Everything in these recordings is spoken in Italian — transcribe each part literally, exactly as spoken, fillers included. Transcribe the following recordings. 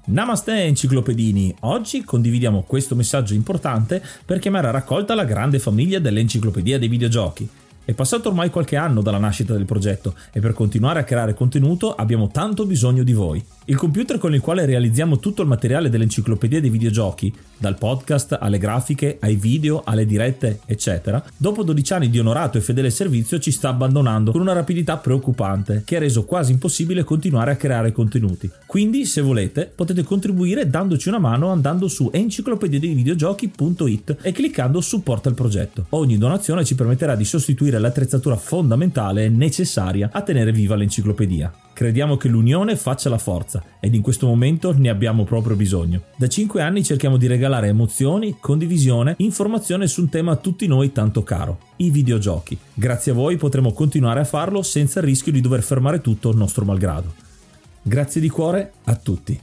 Namaste enciclopedini, oggi condividiamo questo messaggio importante per chiamare a raccolta la grande famiglia dell'Enciclopedia dei Videogiochi. È passato ormai qualche anno dalla nascita del progetto e per continuare a creare contenuto abbiamo tanto bisogno di voi. Il computer con il quale realizziamo tutto il materiale dell'Enciclopedia dei Videogiochi, dal podcast alle grafiche, ai video, alle dirette, eccetera, dopo dodici anni di onorato e fedele servizio ci sta abbandonando con una rapidità preoccupante che ha reso quasi impossibile continuare a creare contenuti. Quindi, se volete, potete contribuire dandoci una mano andando su enciclopedia dei videogiochi punto it e cliccando supporta il progetto. Ogni donazione ci permetterà di sostituire l'attrezzatura fondamentale e necessaria a tenere viva l'enciclopedia. Crediamo che l'unione faccia la forza ed in questo momento ne abbiamo proprio bisogno. Da cinque anni cerchiamo di regalare emozioni, condivisione, informazione su un tema a tutti noi tanto caro, i videogiochi. Grazie a voi potremo continuare a farlo senza il rischio di dover fermare tutto nostro malgrado. Grazie di cuore a tutti.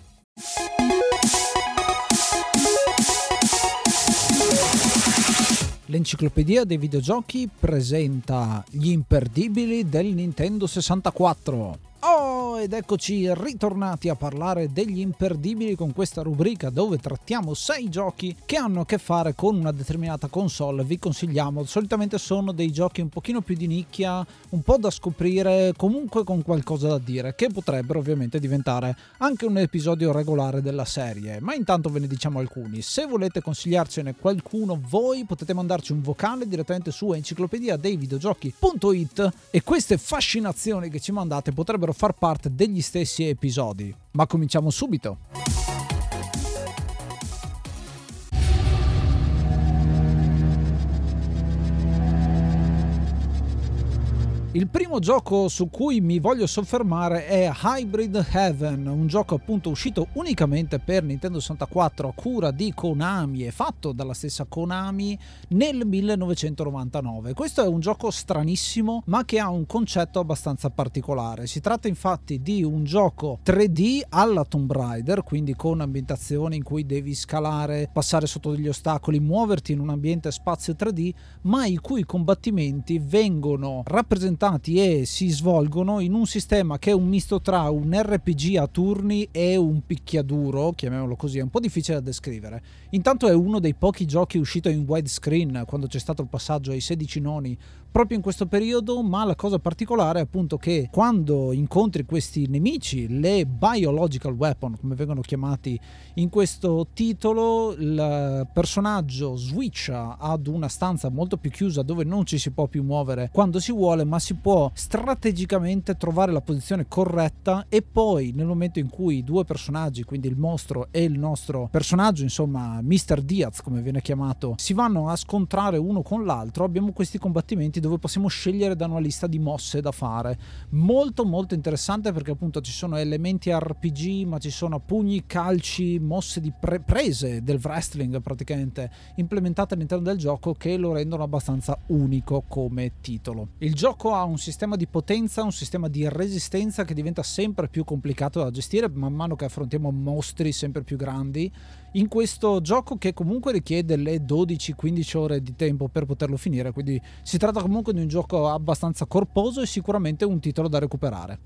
L'Enciclopedia dei Videogiochi presenta gli imperdibili del Nintendo sessantaquattro. Oh, ed eccoci ritornati a parlare degli imperdibili con questa rubrica dove trattiamo sei giochi che hanno a che fare con una determinata console. Vi consigliamo, solitamente sono dei giochi un pochino più di nicchia, un po' da scoprire, comunque con qualcosa da dire, che potrebbero ovviamente diventare anche un episodio regolare della serie. Ma intanto ve ne diciamo alcuni. Se volete consigliarcene qualcuno voi potete mandarci un vocale direttamente su enciclopedia dei videogiochi punto it e queste fascinazioni che ci mandate potrebbero far parte degli stessi episodi. Ma cominciamo subito. Il primo gioco su cui mi voglio soffermare è Hybrid Heaven, un gioco appunto uscito unicamente per Nintendo sessantaquattro a cura di Konami e fatto dalla stessa Konami nel millenovecentonovantanove. Questo è un gioco stranissimo ma che ha un concetto abbastanza particolare. Si tratta infatti di un gioco tre D alla Tomb Raider, quindi con ambientazioni in cui devi scalare, passare sotto degli ostacoli, muoverti in un ambiente spazio tre D, ma i cui combattimenti vengono rappresentati e si svolgono in un sistema che è un misto tra un R P G a turni e un picchiaduro, chiamiamolo così, è un po' difficile da descrivere. Intanto è uno dei pochi giochi uscito in widescreen quando c'è stato il passaggio ai sedici noni proprio in questo periodo, ma la cosa particolare è appunto che quando incontri questi nemici, le biological weapon come vengono chiamati in questo titolo, il personaggio switcha ad una stanza molto più chiusa dove non ci si può più muovere quando si vuole, ma si può strategicamente trovare la posizione corretta e poi nel momento in cui i due personaggi, quindi il mostro e il nostro personaggio, insomma mister Diaz come viene chiamato, si vanno a scontrare uno con l'altro, abbiamo questi combattimenti dove possiamo scegliere da una lista di mosse da fare. Molto molto interessante perché appunto ci sono elementi R P G, ma ci sono pugni, calci, mosse di pre- prese del wrestling praticamente implementate all'interno del gioco che lo rendono abbastanza unico come titolo. Il gioco ha un sistema di potenza, un sistema di resistenza che diventa sempre più complicato da gestire man mano che affrontiamo mostri sempre più grandi in questo gioco che comunque richiede le dodici quindici ore di tempo per poterlo finire, quindi si tratta comunque di un gioco abbastanza corposo e sicuramente un titolo da recuperare.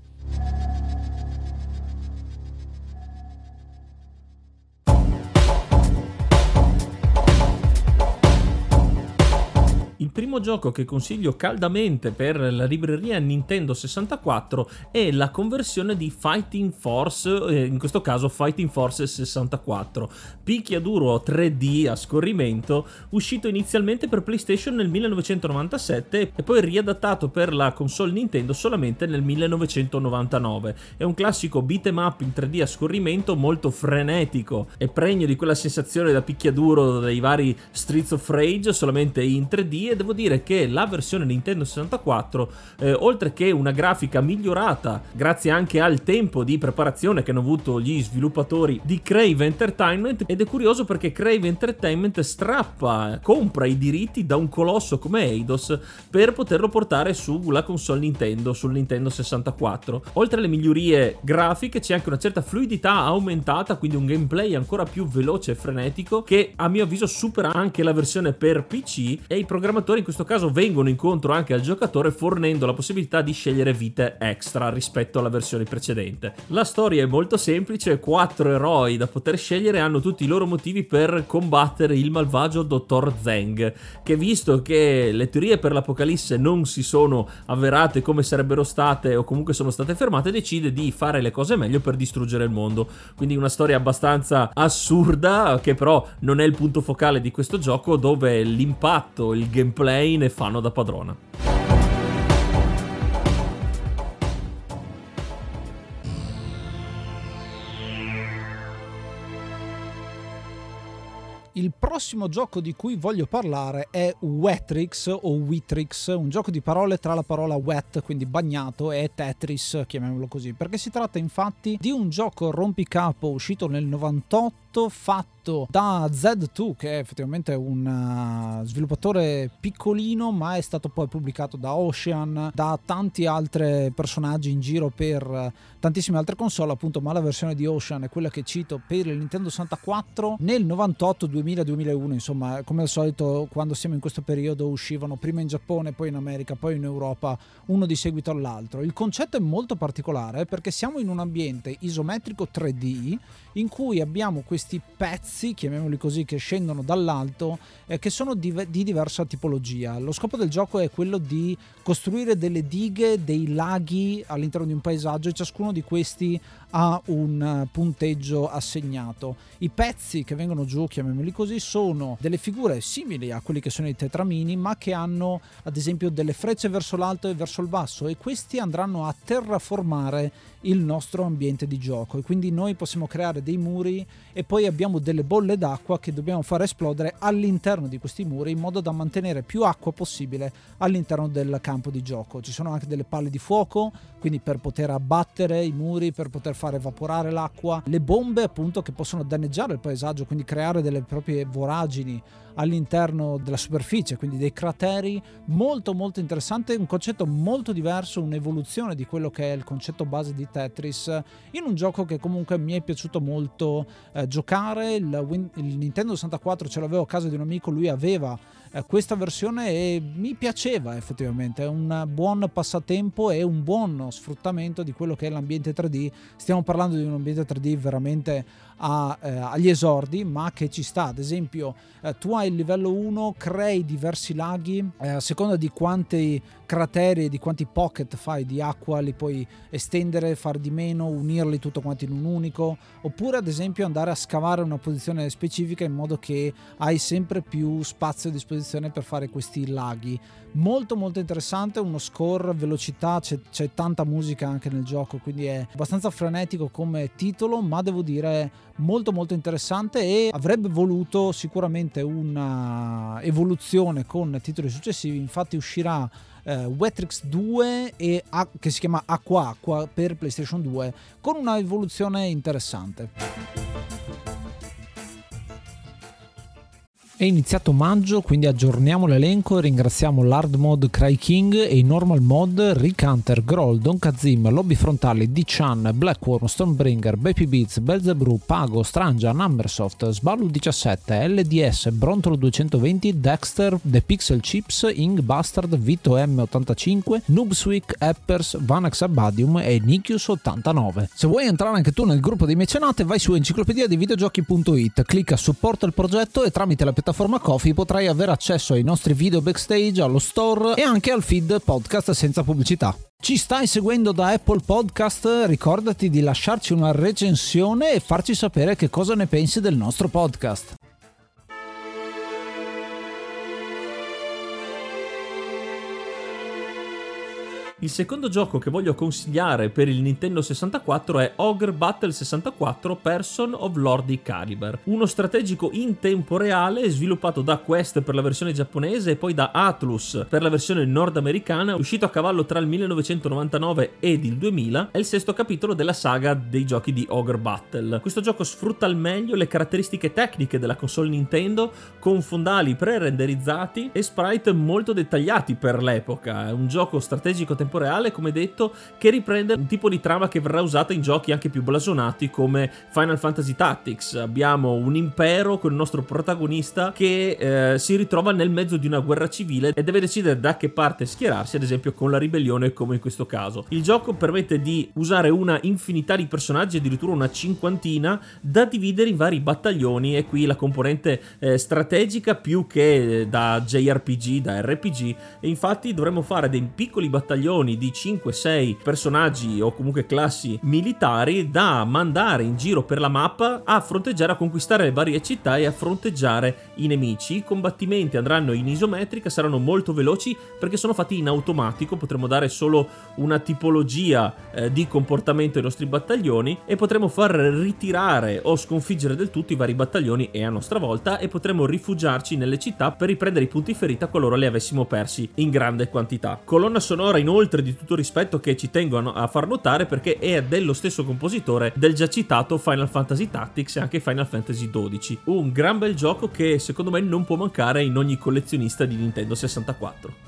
Il primo gioco che consiglio caldamente per la libreria Nintendo sessantaquattro è la conversione di Fighting Force, in questo caso Fighting Force sessantaquattro, picchiaduro tre D a scorrimento, uscito inizialmente per PlayStation nel millenovecentonovantasette e poi riadattato per la console Nintendo solamente nel millenovecentonovantanove. È un classico beat'em up in tre D a scorrimento molto frenetico e pregno di quella sensazione da picchiaduro dei vari Streets of Rage, solamente in tre D. E devo dire che la versione Nintendo sessantaquattro, eh, oltre che una grafica migliorata grazie anche al tempo di preparazione che hanno avuto gli sviluppatori di Crave Entertainment, ed è curioso perché Crave Entertainment strappa, compra i diritti da un colosso come Eidos per poterlo portare sulla console Nintendo, sul Nintendo sessantaquattro. Oltre alle migliorie grafiche c'è anche una certa fluidità aumentata, quindi un gameplay ancora più veloce e frenetico che a mio avviso supera anche la versione per P C, e i programmatori poi in questo caso vengono incontro anche al giocatore fornendo la possibilità di scegliere vite extra rispetto alla versione precedente. La storia è molto semplice, quattro eroi da poter scegliere hanno tutti i loro motivi per combattere il malvagio dottor Zeng, che visto che le teorie per l'apocalisse non si sono avverate come sarebbero state o comunque sono state fermate, decide di fare le cose meglio per distruggere il mondo. Quindi una storia abbastanza assurda, che però non è il punto focale di questo gioco, dove l'impatto, il gameplay ne fanno da padrona. Il prossimo gioco di cui voglio parlare è Wetrix o Witrix, un gioco di parole tra la parola wet, quindi bagnato, e Tetris, chiamiamolo così, perché si tratta infatti di un gioco rompicapo uscito nel novantotto, fatto da Z due, che è effettivamente un sviluppatore piccolino, ma è stato poi pubblicato da Ocean, da tanti altri personaggi in giro per tantissime altre console, appunto, ma la versione di Ocean è quella che cito per il Nintendo sessantaquattro. Nel novantotto, duemila, duemilauno, insomma, come al solito quando siamo in questo periodo uscivano prima in Giappone, poi in America, poi in Europa, uno di seguito all'altro. Il concetto è molto particolare perché siamo in un ambiente isometrico tre D in cui abbiamo questi pezzi, chiamiamoli così, che scendono dall'alto, eh, che sono di, di diversa tipologia. Lo scopo del gioco è quello di costruire delle dighe, dei laghi all'interno di un paesaggio, e ciascuno di questi ha un punteggio assegnato. I pezzi che vengono giù, chiamiamoli così, sono delle figure simili a quelli che sono i tetramini, ma che hanno ad esempio delle frecce verso l'alto e verso il basso, e questi andranno a terraformare il nostro ambiente di gioco, e quindi noi possiamo creare dei muri e poi abbiamo delle bolle d'acqua che dobbiamo far esplodere all'interno di questi muri in modo da mantenere più acqua possibile all'interno del campo di gioco. Ci sono anche delle palle di fuoco, quindi per poter abbattere i muri, per poter far evaporare l'acqua, le bombe appunto che possono danneggiare il paesaggio, quindi creare delle proprie voragini all'interno della superficie, quindi dei crateri. Molto molto interessante, un concetto molto diverso, un'evoluzione di quello che è il concetto base di Tetris, in un gioco che comunque mi è piaciuto molto eh, giocare. Il, Win- il Nintendo sessantaquattro ce l'avevo a casa di un amico, lui aveva eh, questa versione e mi piaceva effettivamente. È un buon passatempo e un buon sfruttamento di quello che è l'ambiente tre D. Stiamo parlando di un ambiente tre D veramente a, eh, agli esordi, ma che ci sta. Ad esempio eh, tu hai il livello uno, crei diversi laghi, eh, a seconda di quanti crateri e di quanti pocket fai di acqua li puoi estendere, far di meno, unirli tutto quanto in un unico, oppure ad esempio andare a scavare una posizione specifica in modo che hai sempre più spazio a disposizione per fare questi laghi. Molto molto interessante, uno score, velocità, c'è, c'è tanta musica anche nel gioco, quindi è abbastanza frenetico come titolo, ma devo dire molto molto interessante, e avrebbe voluto sicuramente una evoluzione con titoli successivi. Infatti uscirà eh, Wetrix due, e, che si chiama Acqua Acqua, per PlayStation due, con una evoluzione interessante. È iniziato maggio, quindi aggiorniamo l'elenco e ringraziamo l'Hard Mode Cry King e i Normal Mod Rick Hunter, Groll, Don Kazim, Lobby Frontali, D-Chan, Blackworm, Stonebringer, Baby Beats, Belzebrew, Pago, Strangia, Numbersoft, Sballu diciassette, L D S, Brontolo duecentoventi, Dexter, The Pixel Chips, Ing Bastard, Vito M ottantacinque, Noobswick, Eppers, Vanax Abadium e Nikius ottantanove. Se vuoi entrare anche tu nel gruppo dei mecenate, vai su enciclopedia dei videogiochi punto it, clicca supporta il progetto e tramite la piattaforma Ko-fi potrai avere accesso ai nostri video backstage, allo store e anche al feed podcast senza pubblicità. Ci stai seguendo da Apple Podcast? Ricordati di lasciarci una recensione e farci sapere che cosa ne pensi del nostro podcast. Il secondo gioco che voglio consigliare per il Nintendo sessantaquattro è Ogre Battle sessantaquattro Person of Lordi Caliber, uno strategico in tempo reale sviluppato da Quest per la versione giapponese e poi da Atlus per la versione nordamericana, uscito a cavallo tra il millenovecentonovantanove ed il duemila. È il sesto capitolo della saga dei giochi di Ogre Battle. Questo gioco sfrutta al meglio le caratteristiche tecniche della console Nintendo, con fondali pre-renderizzati e sprite molto dettagliati per l'epoca. È un gioco strategico tempo tempo reale, come detto, che riprende un tipo di trama che verrà usata in giochi anche più blasonati come Final Fantasy Tactics. Abbiamo un impero con il nostro protagonista che eh, si ritrova nel mezzo di una guerra civile e deve decidere da che parte schierarsi, ad esempio con la ribellione come in questo caso. Il gioco permette di usare una infinità di personaggi, addirittura una cinquantina, da dividere in vari battaglioni, e qui la componente eh, strategica più che da J R P G, da R P G, e infatti dovremo fare dei piccoli battaglioni di cinque sei personaggi o comunque classi militari da mandare in giro per la mappa a fronteggiare, a conquistare le varie città e a fronteggiare i nemici. I combattimenti andranno in isometrica, saranno molto veloci perché sono fatti in automatico, potremo dare solo una tipologia eh, di comportamento ai nostri battaglioni e potremo far ritirare o sconfiggere del tutto i vari battaglioni e a nostra volta, e potremo rifugiarci nelle città per riprendere i punti ferita qualora li avessimo persi in grande quantità. Colonna sonora inoltre di tutto rispetto, che ci tengo a far notare perché è dello stesso compositore del già citato Final Fantasy Tactics e anche Final Fantasy dodici. Un gran bel gioco che secondo me non può mancare in ogni collezionista di Nintendo sessantaquattro.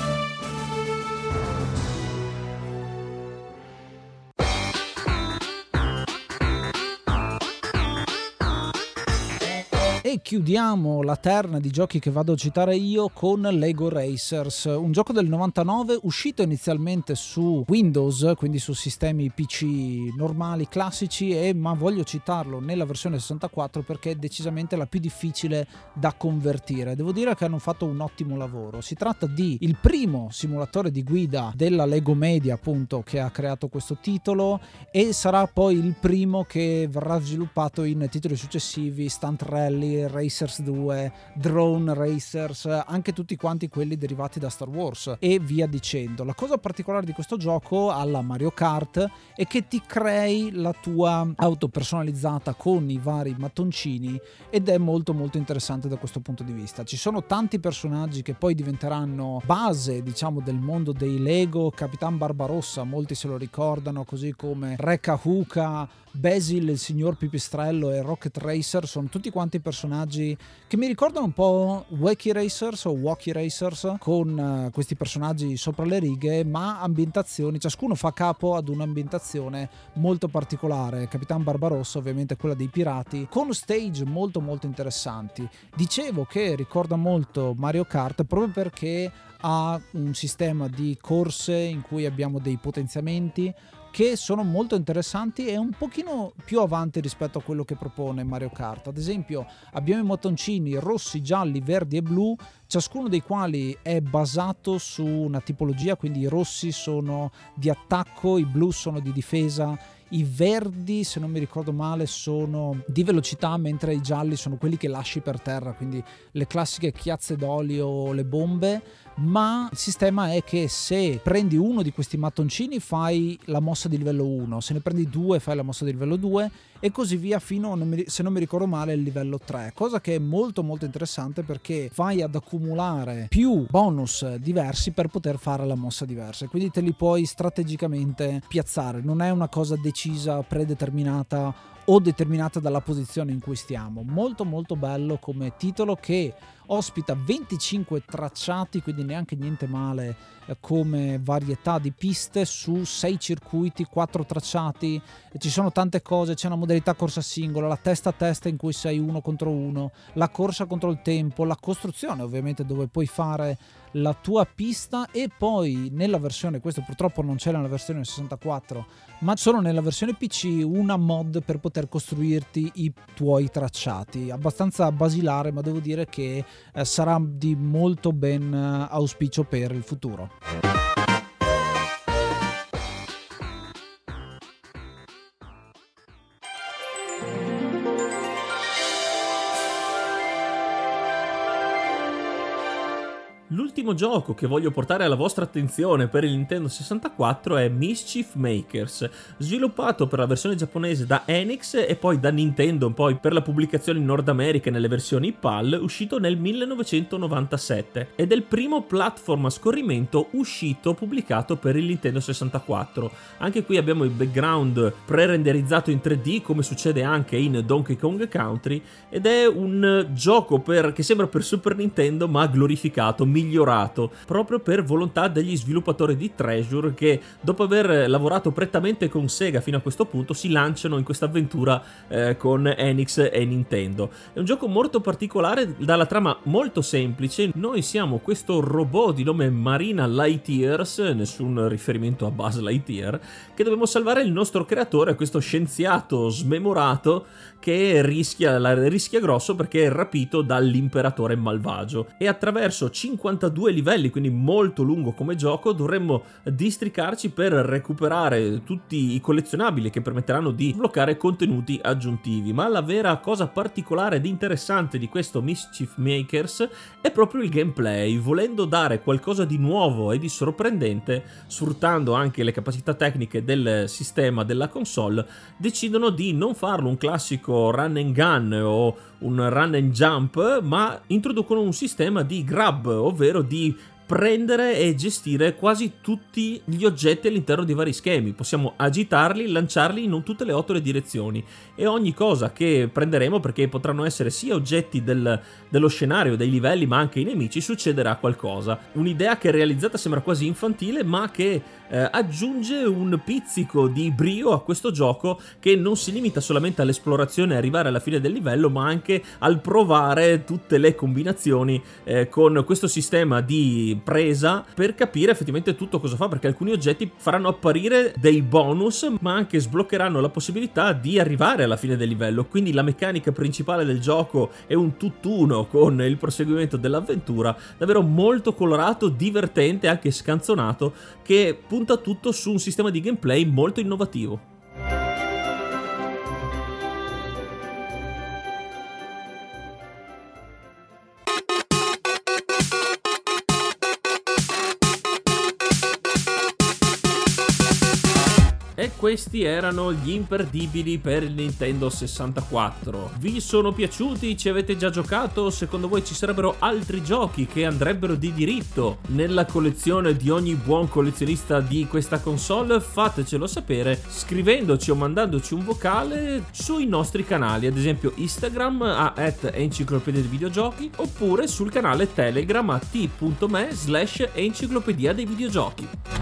E chiudiamo la terna di giochi che vado a citare io con Lego Racers, un gioco del novantanove uscito inizialmente su Windows, quindi su sistemi P C normali, classici, e ma voglio citarlo nella versione sessantaquattro perché è decisamente la più difficile da convertire. Devo dire che hanno fatto un ottimo lavoro. Si tratta di il primo simulatore di guida della Lego Media, appunto, che ha creato questo titolo, e sarà poi il primo che verrà sviluppato in titoli successivi: Stunt Rally, Racers due, Drone Racers, anche tutti quanti quelli derivati da Star Wars e via dicendo. La cosa particolare di questo gioco, alla Mario Kart, è che ti crei la tua auto personalizzata con i vari mattoncini ed è molto molto interessante da questo punto di vista. Ci sono tanti personaggi che poi diventeranno base, diciamo, del mondo dei Lego. Capitan Barbarossa, molti se lo ricordano, così come Re Kahuka, Basil, il signor Pipistrello e Rocket Racer sono tutti quanti personaggi che mi ricordano un po' Wacky Racers o Wacky Racers, con uh, questi personaggi sopra le righe, ma ambientazioni, ciascuno fa capo ad un'ambientazione molto particolare. Capitan Barbarossa ovviamente quella dei pirati, con stage molto molto interessanti. Dicevo che ricorda molto Mario Kart proprio perché ha un sistema di corse in cui abbiamo dei potenziamenti che sono molto interessanti e un pochino più avanti rispetto a quello che propone Mario Kart. Ad esempio abbiamo i mattoncini rossi, gialli, verdi e blu, ciascuno dei quali è basato su una tipologia, quindi i rossi sono di attacco, i blu sono di difesa, i verdi, se non mi ricordo male, sono di velocità, mentre i gialli sono quelli che lasci per terra, quindi le classiche chiazze d'olio o le bombe. Ma il sistema è che se prendi uno di questi mattoncini fai la mossa di livello uno, se ne prendi due fai la mossa di livello due e così via fino, se non mi ricordo male, il livello tre, cosa che è molto molto interessante perché vai ad accumulare più bonus diversi per poter fare la mossa diversa, quindi te li puoi strategicamente piazzare, non è una cosa decisa, predeterminata o determinata dalla posizione in cui stiamo. Molto molto bello come titolo, che ospita venticinque tracciati, quindi neanche niente male eh, come varietà di piste, su sei circuiti, quattro tracciati. Ci sono tante cose, c'è una modalità corsa singola, la testa a testa in cui sei uno contro uno, la corsa contro il tempo, la costruzione ovviamente dove puoi fare la tua pista, e poi nella versione, questo purtroppo non c'è nella versione sessantaquattro ma solo nella versione P C, una mod per poter costruirti i tuoi tracciati, abbastanza basilare, ma devo dire che eh, sarà di molto ben eh, auspicio per il futuro. L'ultimo gioco che voglio portare alla vostra attenzione per il Nintendo sessantaquattro è Mischief Makers, sviluppato per la versione giapponese da Enix e poi da Nintendo poi per la pubblicazione in Nord America nelle versioni P A L, uscito nel millenovecentonovantasette, ed è il primo platform a scorrimento uscito pubblicato per il Nintendo sessantaquattro. Anche qui abbiamo il background pre-renderizzato in tre D, come succede anche in Donkey Kong Country, ed è un gioco per, che sembra per Super Nintendo ma glorificato, migliorato, proprio per volontà degli sviluppatori di Treasure, che dopo aver lavorato prettamente con Sega fino a questo punto si lanciano in questa avventura eh, con Enix e Nintendo. È un gioco molto particolare, dalla trama molto semplice. Noi siamo questo robot di nome Marina Lightyears, nessun riferimento a Buzz Lightyear, che dobbiamo salvare il nostro creatore, questo scienziato smemorato che rischia, la, rischia grosso perché è rapito dall'imperatore malvagio, e attraverso cinquantadue livelli, quindi molto lungo come gioco, dovremmo districarci per recuperare tutti i collezionabili che permetteranno di sbloccare contenuti aggiuntivi. Ma la vera cosa particolare ed interessante di questo Mischief Makers è proprio il gameplay. Volendo dare qualcosa di nuovo e di sorprendente, sfruttando anche le capacità tecniche del sistema della console, decidono di non farlo un classico run and gun o un run and jump, ma introducono un sistema di grab, ovvero di prendere e gestire quasi tutti gli oggetti all'interno di vari schemi. Possiamo agitarli, lanciarli in tutte le otto le direzioni, e ogni cosa che prenderemo, perché potranno essere sia oggetti del, dello scenario, dei livelli, ma anche i nemici, succederà qualcosa. Un'idea che realizzata sembra quasi infantile, ma che eh, aggiunge un pizzico di brio a questo gioco, che non si limita solamente all'esplorazione e arrivare alla fine del livello, ma anche al provare tutte le combinazioni eh, con questo sistema di presa per capire effettivamente tutto cosa fa, perché alcuni oggetti faranno apparire dei bonus, ma anche sbloccheranno la possibilità di arrivare alla fine del livello. Quindi la meccanica principale del gioco è un tutt'uno con il proseguimento dell'avventura, davvero molto colorato, divertente, anche scanzonato, che punta tutto su un sistema di gameplay molto innovativo. E questi erano gli imperdibili per il Nintendo sessantaquattro. Vi sono piaciuti? Ci avete già giocato? Secondo voi ci sarebbero altri giochi che andrebbero di diritto nella collezione di ogni buon collezionista di questa console? Fatecelo sapere scrivendoci o mandandoci un vocale sui nostri canali, ad esempio Instagram a at enciclopedia dei videogiochi, oppure sul canale Telegram a t punto me slash enciclopedia dei videogiochi.